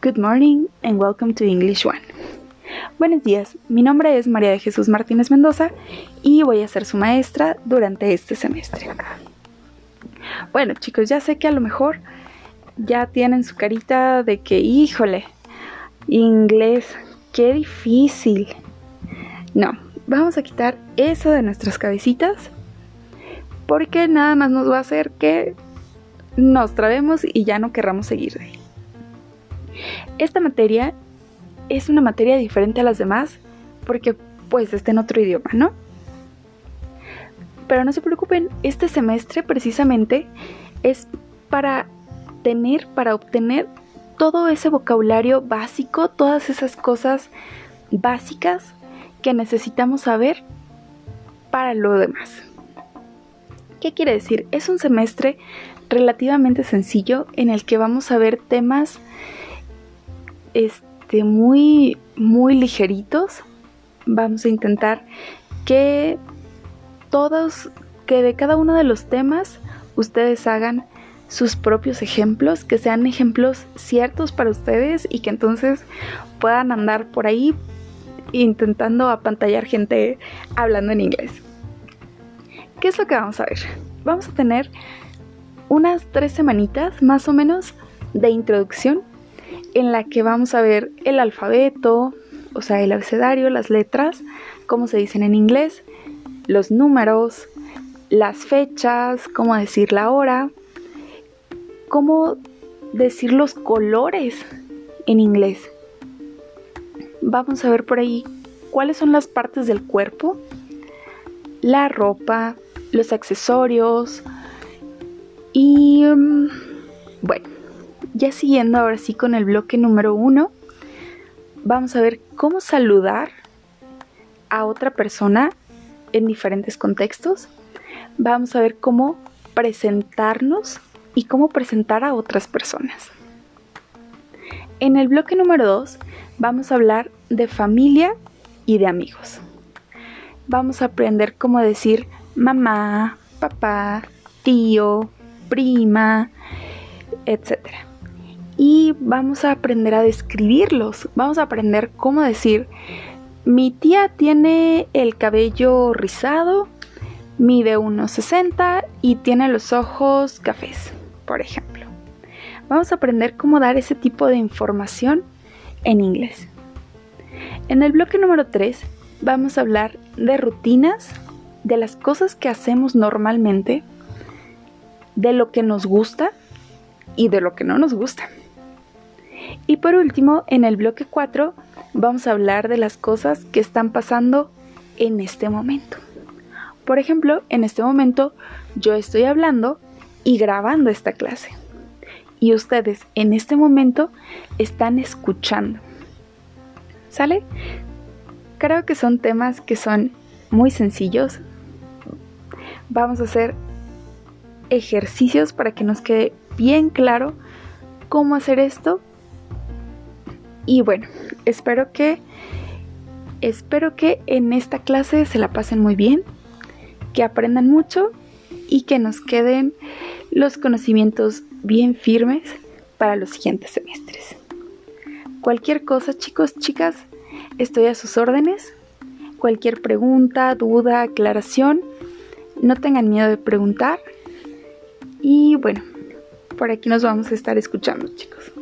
Good morning and welcome to English One. Buenos días, mi nombre es María de Jesús Martínez Mendoza y voy a ser su maestra durante este semestre. Bueno chicos, ya sé que a lo mejor ya tienen su carita de que, híjole, inglés, qué difícil. No, vamos a quitar eso de nuestras cabecitas porque nada más nos va a hacer que nos trabemos y ya no querramos seguir de ahí. Esta materia es una materia diferente a las demás porque pues está en otro idioma, ¿no? Pero no se preocupen, este semestre precisamente es para obtener todo ese vocabulario básico, todas esas cosas básicas que necesitamos saber para lo demás. ¿Qué quiere decir? Es un semestre relativamente sencillo en el que vamos a ver temas muy ligeritos. Vamos a intentar que de cada uno de los temas ustedes hagan sus propios ejemplos, que sean ejemplos ciertos para ustedes y que entonces puedan andar por ahí intentando apantallar gente hablando en inglés. ¿Qué es lo que vamos a ver? Vamos a tener unas 3 semanitas más o menos de introducción en la que vamos a ver el alfabeto, o sea, el abecedario, las letras, cómo se dicen en inglés, los números, las fechas, cómo decir la hora, cómo decir los colores en inglés. Vamos a ver por ahí cuáles son las partes del cuerpo, la ropa, los accesorios y bueno, ya siguiendo ahora sí con el bloque número 1, vamos a ver cómo saludar a otra persona en diferentes contextos. Vamos a ver cómo presentarnos y cómo presentar a otras personas. En el bloque número 2 vamos a hablar de familia y de amigos. Vamos a aprender cómo decir mamá, papá, tío, prima, etc. Y vamos a aprender a describirlos. Vamos a aprender cómo decir: mi tía tiene el cabello rizado, mide 1,60 y tiene los ojos cafés, por ejemplo. Vamos a aprender cómo dar ese tipo de información en inglés. En el bloque número 3 vamos a hablar de rutinas, de las cosas que hacemos normalmente, de lo que nos gusta y de lo que no nos gusta. Y por último, en el bloque 4 vamos a hablar de las cosas que están pasando en este momento. Por ejemplo, en este momento yo estoy hablando y grabando esta clase. Y ustedes en este momento están escuchando. ¿Sale? Creo que son temas que son muy sencillos. Vamos a hacer ejercicios para que nos quede bien claro cómo hacer esto. Y bueno, espero que en esta clase se la pasen muy bien, que aprendan mucho y que nos queden los conocimientos bien firmes para los siguientes semestres. Cualquier cosa, chicos, chicas, estoy a sus órdenes. Cualquier pregunta, duda, aclaración, no tengan miedo de preguntar. Y bueno, por aquí nos vamos a estar escuchando, chicos.